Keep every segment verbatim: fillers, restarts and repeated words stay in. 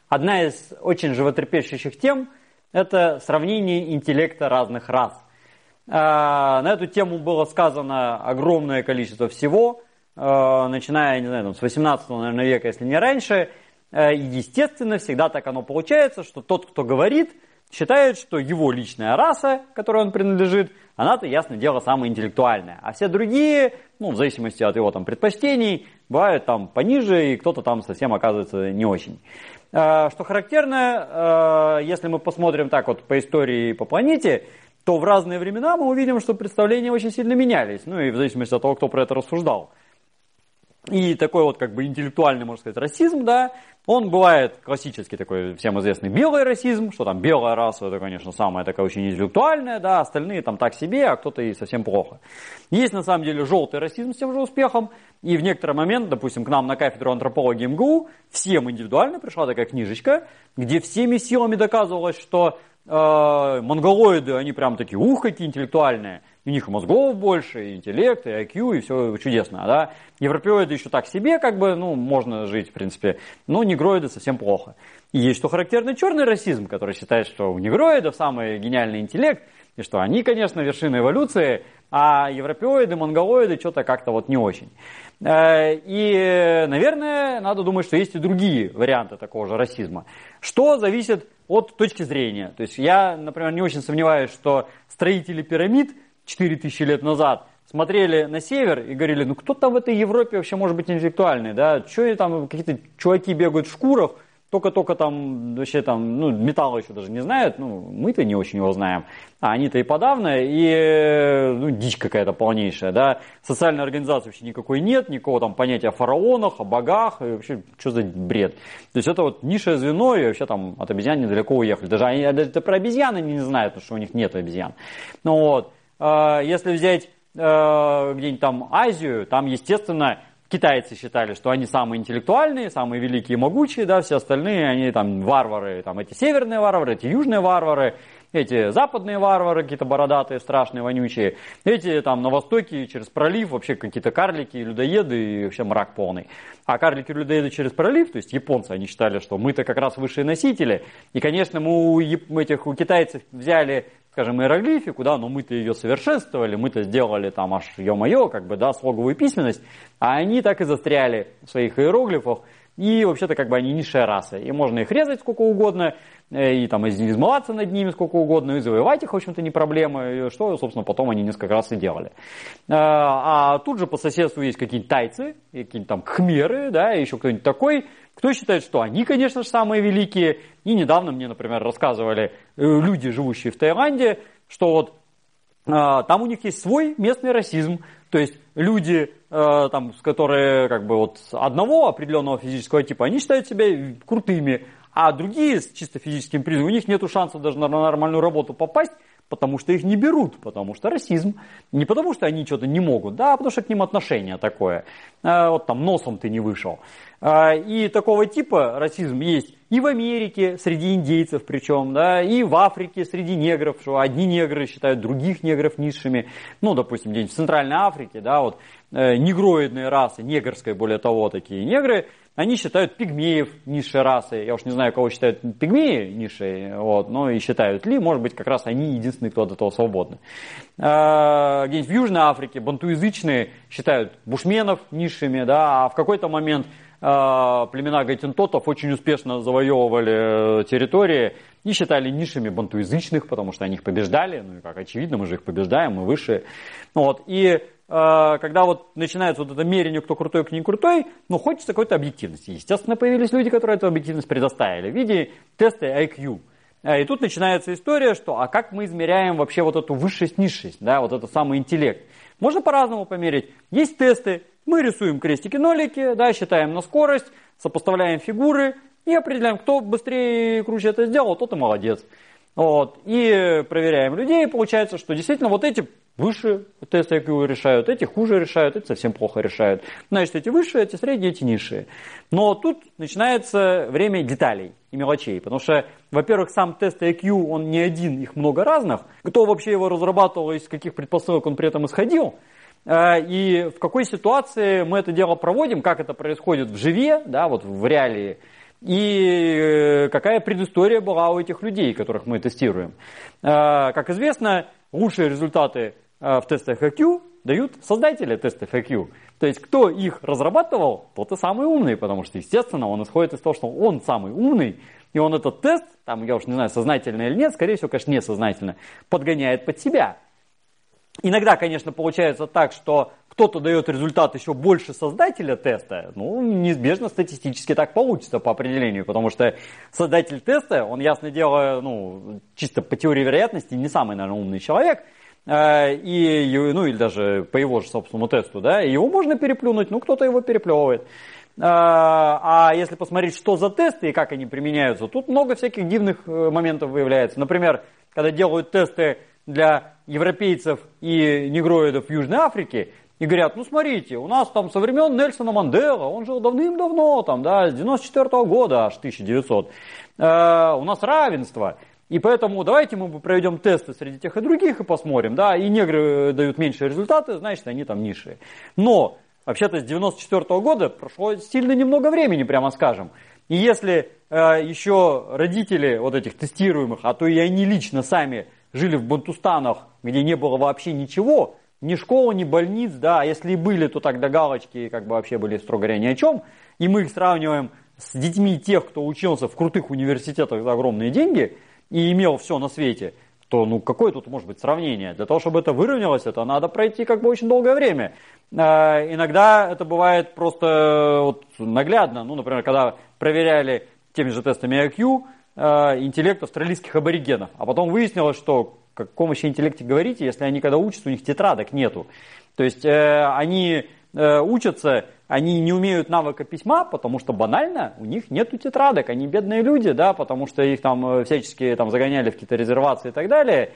одна из очень животрепещущих тем – это сравнение интеллекта разных рас. На эту тему было сказано огромное количество всего, начиная, не знаю, там, с восемнадцатого, наверное, века, если не раньше. И, естественно, всегда так оно получается, что тот, кто говорит, считает, что его личная раса, к которой он принадлежит, она-то, ясное дело, самая интеллектуальная. А все другие, ну, в зависимости от его там предпочтений, бывают там пониже, и кто-то там совсем оказывается не очень. Что характерно, если мы посмотрим так вот по истории по планете, то в разные времена мы увидим, что представления очень сильно менялись. Ну и в зависимости от того, кто про это рассуждал. И такой вот как бы интеллектуальный, можно сказать, расизм, да, он бывает классический такой, всем известный белый расизм, что там белая раса, это, конечно, самая такая очень интеллектуальная, да, остальные там так себе, а кто-то и совсем плохо. Есть на самом деле желтый расизм с тем же успехом, и в некоторый момент, допустим, к нам на кафедру антропологии эм гэ у всем индивидуально пришла такая книжечка, где всеми силами доказывалось, что э, монголоиды, они прям такие, ух, какие интеллектуальные. У них и мозгов больше, и интеллект, и ай кью, и все чудесно, да. Европеоиды еще так себе, как бы, ну, можно жить, в принципе, но негроиды совсем плохо. И есть, что характерно, черный расизм, который считает, что у негроидов самый гениальный интеллект, и что они, конечно, вершина эволюции, а европеоиды, монголоиды что-то как-то вот не очень. И, наверное, надо думать, что есть и другие варианты такого же расизма. Что зависит от точки зрения. То есть я, например, не очень сомневаюсь, что строители пирамид четыре тысячи лет назад смотрели на север и говорили, ну кто там в этой Европе вообще может быть интеллектуальный, да, что там какие-то чуваки бегают в шкурах, только-только там вообще там, ну металла еще даже не знают, ну мы-то не очень его знаем, а они-то и подавно, и ну, дичь какая-то полнейшая, да, социальной организации вообще никакой нет, никакого там понятия о фараонах, о богах, и вообще что за бред. То есть это вот низшее звено, и вообще там от обезьян недалеко уехали, даже, они, даже про обезьян они не знают, потому что у них нет обезьян, ну вот. Если взять э, где-нибудь там Азию, там, естественно, китайцы считали, что они самые интеллектуальные, самые великие и могучие, да, все остальные, они там варвары, там эти северные варвары, эти южные варвары, эти западные варвары, какие-то бородатые, страшные, вонючие, эти там на востоке через пролив вообще какие-то карлики, людоеды и вообще мрак полный. А карлики, людоеды через пролив, то есть японцы, они считали, что мы-то как раз высшие носители, и, конечно, мы у, этих, у китайцев взяли, скажем, иероглифику, да, но мы-то ее совершенствовали, мы-то сделали там аж, ё-моё, как бы, да, слоговую письменность, а они так и застряли в своих иероглифах, и вообще-то как бы они низшая раса, и можно их резать сколько угодно, и там измываться над ними сколько угодно, и завоевать их, в общем-то, не проблема, и что, собственно, потом они несколько раз и делали. А тут же по соседству есть какие-нибудь тайцы, какие-нибудь там кхмеры, да, и еще кто-нибудь такой, кто считает, что они, конечно же, самые великие. И недавно мне, например, рассказывали люди, живущие в Таиланде, что вот э, там у них есть свой местный расизм. То есть люди, э, там, которые как бы вот одного определенного физического типа, они считают себя крутыми, а другие с чисто физическим признаком, у них нет шансов даже на нормальную работу попасть, потому что их не берут, потому что расизм. Не потому что они что-то не могут, да, а потому что к ним отношение такое. Э, вот там носом ты не вышел. И такого типа расизм есть и в Америке, среди индейцев причем, да, и в Африке среди негров, что одни негры считают других негров низшими. Ну, допустим, где-нибудь в Центральной Африке, да, вот э, негроидные расы, негрская, более того, такие негры, они считают пигмеев низшей расой. Я уж не знаю, кого считают пигмеи низшей, вот, но и считают ли, может быть, как раз они единственные, кто от этого свободны. Э, где-нибудь в Южной Африке бантуязычные считают бушменов низшими, да, а в какой-то момент племена гайтентотов очень успешно завоевывали территории и считали низшими бантуязычных, потому что они их побеждали, ну и как очевидно, мы же их побеждаем, мы выше. Вот. И э, когда вот начинается вот это мерение, кто крутой, кто не крутой, ну хочется какой-то объективности. Естественно, появились люди, которые эту объективность предоставили в виде теста ай кью. И тут начинается история, что а как мы измеряем вообще вот эту высшесть-низшесть, да, вот этот самый интеллект. Можно по-разному померить. Есть тесты. Мы рисуем крестики-нолики, да, считаем на скорость, сопоставляем фигуры и определяем, кто быстрее и круче это сделал, тот и молодец. Вот. И проверяем людей, и получается, что действительно вот эти выше тесты ай кью решают, эти хуже решают, эти совсем плохо решают. Значит, эти высшие, эти средние, эти низшие. Но тут начинается время деталей и мелочей, потому что, во-первых, сам тест ай кью, он не один, их много разных. Кто вообще его разрабатывал, из каких предпосылок он при этом исходил, и в какой ситуации мы это дело проводим, как это происходит в живе, да, вот в реалии. и какая предыстория была у этих людей, которых мы тестируем. Как известно, лучшие результаты в тестах ай кью дают создатели тестов ай кью. То есть, кто их разрабатывал, тот и самый умный, потому что, естественно, он исходит из того, что он самый умный, и он этот тест, там, я уж не знаю, сознательно или нет, скорее всего, конечно, несознательно, подгоняет под себя. Иногда, конечно, получается так, что кто-то дает результат еще больше создателя теста, ну, неизбежно статистически так получится по определению, потому что создатель теста, он, ясное дело, ну, чисто по теории вероятности, не самый, наверное, умный человек, и, ну, или даже по его же собственному тесту, да, его можно переплюнуть, ну, кто-то его переплевывает. А если посмотреть, что за тесты и как они применяются, тут много всяких дивных моментов выявляется. Например, когда делают тесты для европейцев и негроидов в Южной Африке, и говорят, ну смотрите, у нас там со времен Нельсона Манделы, он жил давным-давно, там, да, с девяносто четвёртого года аж тысяча девятьсот, э, у нас равенство, и поэтому давайте мы проведем тесты среди тех и других и посмотрим, да, и негры дают меньшие результаты, значит, они там низшие. Но вообще-то с девяносто четвёртого года прошло сильно немного времени, прямо скажем. И если э, еще родители вот этих тестируемых, а то и они лично сами жили в Бантустанах, где не было вообще ничего, ни школы, ни больниц, да, а если и были, то тогда галочки как бы вообще были, строго говоря, ни о чем. И мы их сравниваем с детьми тех, кто учился в крутых университетах за огромные деньги и имел все на свете, то ну какое тут может быть сравнение? Для того, чтобы это выровнялось, это надо пройти как бы очень долгое время. Э, иногда это бывает просто вот наглядно. Ну, например, когда проверяли теми же тестами ай кью э, интеллект австралийских аборигенов, а потом выяснилось, что о каком вообще интеллекте говорите, если они когда учатся, у них тетрадок нету. То есть э, они э, учатся, они не умеют навыка письма, потому что банально у них нету тетрадок, они бедные люди, да, потому что их там всячески там загоняли в какие-то резервации и так далее.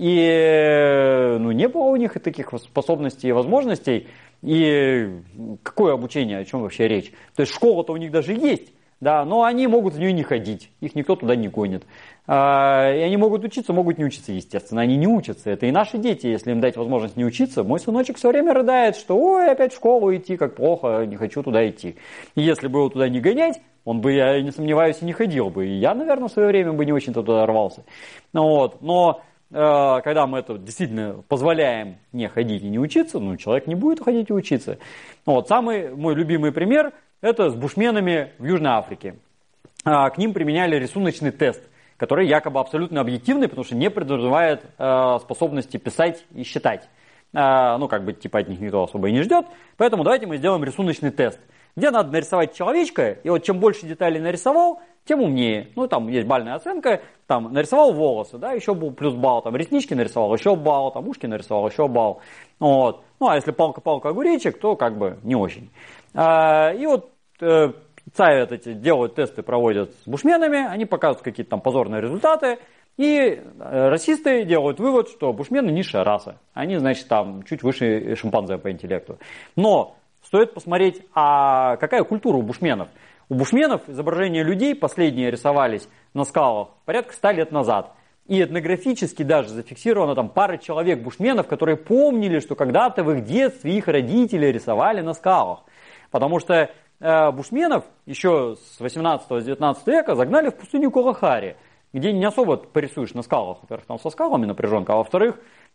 И ну, не было у них и таких способностей и возможностей. И какое обучение, о чем вообще речь? То есть школа-то у них даже есть, да, но они могут в нее не ходить, их никто туда не гонит. И они могут учиться, могут не учиться, естественно, они не учатся. Это и наши дети, если им дать возможность не учиться. Мой сыночек все время рыдает, что ой, опять в школу идти, как плохо, не хочу туда идти. И если бы его туда не гонять, он бы, я не сомневаюсь, и не ходил бы. И я, наверное, в свое время бы не очень-то туда рвался. Ну, вот. Но э, когда мы это действительно позволяем не ходить и не учиться, ну, человек не будет ходить и учиться. Ну, вот. Самый мой любимый пример – это с бушменами в Южной Африке. А, к ним применяли рисуночный тест, который якобы абсолютно объективный, потому что не подразумевает э, способности писать и считать. Э, ну, как бы, типа, от них никто особо и не ждет. Поэтому давайте мы сделаем рисуночный тест, где надо нарисовать человечка, и вот чем больше деталей нарисовал, тем умнее. Ну, там есть бальная оценка, там, нарисовал волосы, да, еще был плюс балл, там, реснички нарисовал, еще балл, там, ушки нарисовал, еще балл. Вот. Ну, а если палка-палка огуречек, то, как бы, не очень. Э, и вот... Э, Ставят эти, делают тесты, проводят с бушменами, они показывают какие-то там позорные результаты, и расисты делают вывод, что бушмены низшая раса. Они, значит, там чуть выше шимпанзе по интеллекту. Но стоит посмотреть, а какая культура у бушменов. У бушменов изображения людей последние рисовались на скалах порядка ста лет назад. И этнографически даже зафиксировано там пара человек бушменов, которые помнили, что когда-то в их детстве их родители рисовали на скалах. Потому что бушменов еще с восемнадцатого-девятнадцатого века загнали в пустыню Калахари, где не особо порисуешь на скалах. Во-первых, там со скалами напряженка, а во-вторых,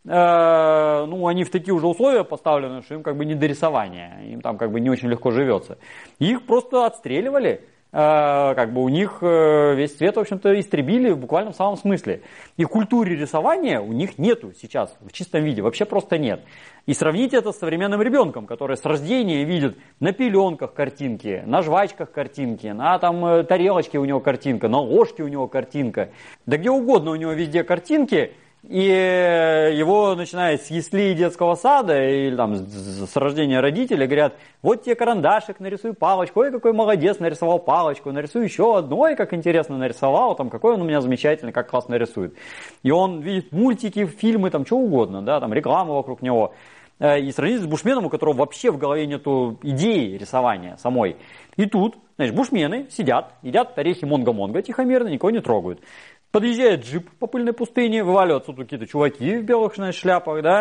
э, ну, они в такие уже условия поставлены, что им как бы не до рисования, им там как бы не очень легко живется. И их просто отстреливали, э, как бы у них весь цвет, в общем-то, истребили в буквальном самом смысле. И культуры рисования у них нету сейчас в чистом виде, вообще просто нет. И сравните это с современным ребенком, который с рождения видит на пеленках картинки, на жвачках картинки, на там тарелочке у него картинка, на ложке у него картинка. Да где угодно у него везде картинки, и его, начиная с яслей детского сада или там с рождения родителей, говорят, вот тебе карандашик, нарисуй палочку, ой, какой молодец, нарисовал палочку, нарисуй еще одну, ой, как интересно нарисовал, там, какой он у меня замечательный, как классно рисует. И он видит мультики, фильмы, там, что угодно, да, там, рекламу вокруг него. И сравнить с бушменом, у которого вообще в голове нету идеи рисования самой. И тут, значит, бушмены сидят, едят орехи монго-монго тихомирно, никого не трогают. Подъезжает джип по пыльной пустыне, вываливаются тут какие-то чуваки в белых, значит, шляпах, да,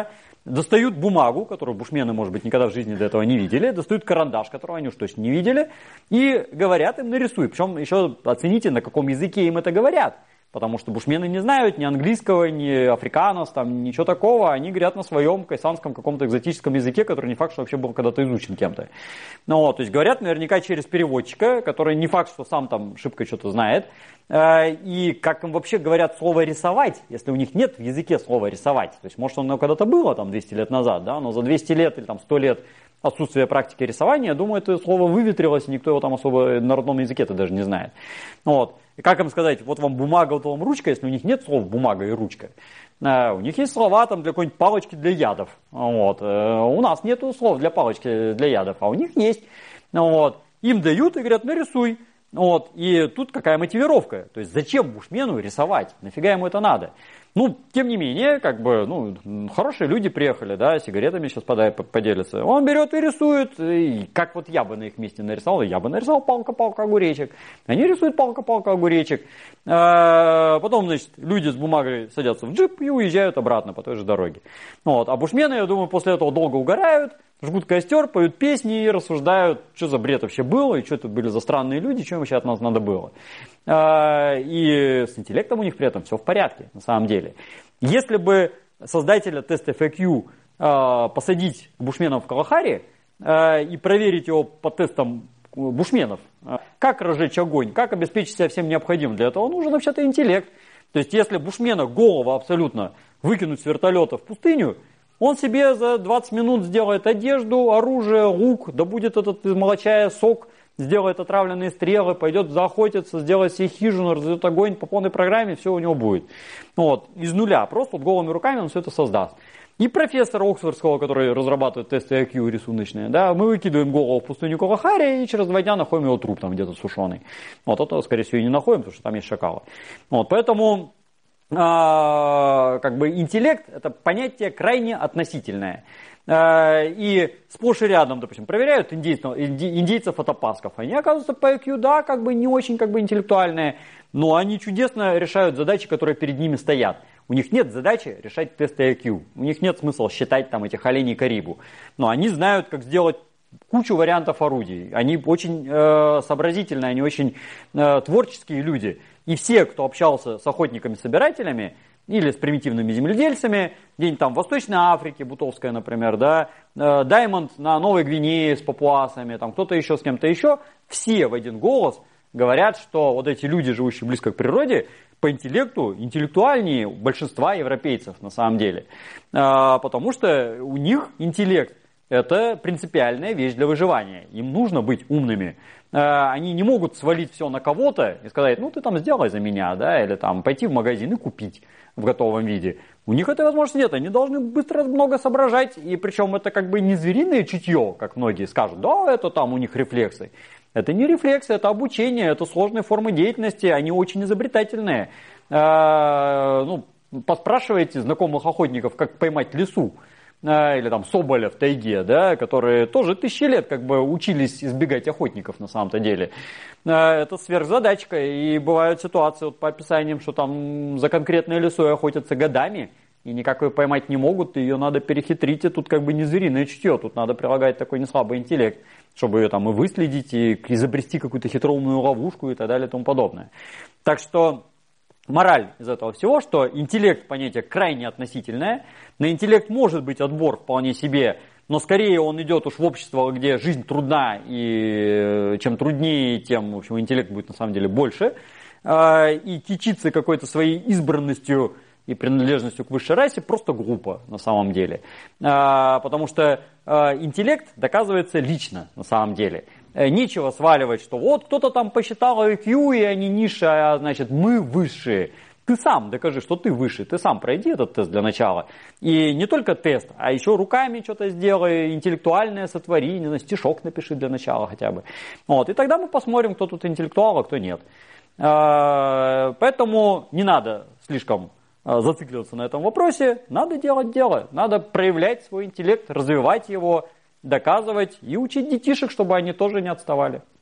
достают бумагу, которую бушмены, может быть, никогда в жизни до этого не видели, достают карандаш, которого они уж точно не видели, и говорят им нарисуй. Причем еще оцените, на каком языке им это говорят. Потому что бушмены не знают ни английского, ни африканос, там, ничего такого. Они говорят на своем кайсанском каком-то экзотическом языке, который не факт, что вообще был когда-то изучен кем-то. Ну, вот, то есть говорят наверняка через переводчика, который не факт, что сам там шибко что-то знает. И как им вообще говорят слово «рисовать», если у них нет в языке слова «рисовать». То есть, может, оно когда-то было там двести лет назад, да, но за двести лет или там сто лет отсутствие практики рисования, я думаю, это слово выветрилось, и никто его там особо на родном языке-то даже не знает. Вот. И как им сказать, вот вам бумага, вот вам ручка, если у них нет слов бумага и ручка. У них есть слова там для какой-нибудь палочки для ядов. Вот. У нас нету слов для палочки для ядов, а у них есть. Вот. Им дают и говорят, нарисуй. Вот. И тут какая мотивировка? То есть зачем бушмену рисовать? Нафига ему это надо? Ну, тем не менее, как бы, ну, хорошие люди приехали, да, сигаретами сейчас поделятся. Он берет и рисует, и как вот я бы на их месте нарисовал, я бы нарисовал палка-палка огуречек. Они рисуют палка-палка огуречек. А потом, значит, люди с бумагой садятся в джип и уезжают обратно по той же дороге. Вот. А бушмены, я думаю, после этого долго угорают, жгут костер, поют песни и рассуждают, что за бред вообще был, и что тут были за странные люди, что им вообще от нас надо было. И с интеллектом у них при этом все в порядке, на самом деле. Если бы создателя теста эф эй кью посадить к бушменам в Калахари и проверить его по тестам бушменов, как разжечь огонь, как обеспечить себя всем необходимым, для этого нужен вообще-то интеллект. То есть, если бушмена голова абсолютно выкинуть с вертолета в пустыню, он себе за двадцать минут сделает одежду, оружие, лук, добудет этот из молочая сок, сделает отравленные стрелы, пойдет заохотиться, сделает себе хижину, разведет огонь по полной программе, все у него будет. Вот, из нуля, просто вот голыми руками он все это создаст. И профессор Оксфордского, который разрабатывает тесты ай кью рисуночные, да, мы выкидываем голову в пустыню Калахари и через два дня находим его труп там где-то сушеный. Вот это, скорее всего, и не находим, потому что там есть шакалы. Вот, поэтому а, как бы интеллект это понятие крайне относительное. И сплошь и рядом, допустим, проверяют индейцев, индейцев атапасков. Они, оказывается, по ай кью, да, как бы не очень как бы интеллектуальные, но они чудесно решают задачи, которые перед ними стоят. У них нет задачи решать тесты ай кью. У них нет смысла считать там этих оленей Карибу. Но они знают, как сделать кучу вариантов орудий. Они очень э, сообразительные, они очень э, творческие люди. И все, кто общался с охотниками-собирателями, или с примитивными земледельцами, где-нибудь там в Восточной Африке, Бутовская, например, да, Даймонд на Новой Гвинее с папуасами, там кто-то еще с кем-то еще, все в один голос говорят, что вот эти люди, живущие близко к природе, по интеллекту интеллектуальнее большинства европейцев на самом деле. Потому что у них интеллект – это принципиальная вещь для выживания. Им нужно быть умными. Они не могут свалить все на кого-то и сказать, ну ты там сделай за меня, да, или там пойти в магазин и купить в готовом виде. У них этой возможности нет, они должны быстро много соображать, и причем это как бы не звериное чутье, как многие скажут, да, это там у них рефлексы. Это не рефлексы, это обучение, это сложные формы деятельности, они очень изобретательные. Ну, поспрашивайте знакомых охотников, как поймать лису. Или там соболя в тайге, да, которые тоже тысячи лет как бы учились избегать охотников на самом-то деле. Это сверхзадачка, и бывают ситуации вот по описаниям, что там за конкретной лисой охотятся годами, и никак ее поймать не могут, и ее надо перехитрить, и тут как бы не звериное чутье, тут надо прилагать такой неслабый интеллект, чтобы ее там и выследить, и изобрести какую-то хитроумную ловушку и так далее и тому подобное. Так что мораль из этого всего, что интеллект понятие крайне относительное, на интеллект может быть отбор вполне себе, но скорее он идет уж в общество, где жизнь трудна, и чем труднее, тем, в общем, интеллект будет на самом деле больше, и кичиться какой-то своей избранностью и принадлежностью к высшей расе просто глупо на самом деле, потому что интеллект доказывается лично на самом деле. Нечего сваливать, что вот кто-то там посчитал ай кью, и они низшие, а значит мы высшие. Ты сам докажи, что ты выше, ты сам пройди этот тест для начала. И не только тест, а еще руками что-то сделай, интеллектуальное сотвори, не знаю, стишок напиши для начала хотя бы. Вот, и тогда мы посмотрим, кто тут интеллектуал, а кто нет. Поэтому не надо слишком зацикливаться на этом вопросе, надо делать дело, надо проявлять свой интеллект, развивать его, доказывать и учить детишек, чтобы они тоже не отставали.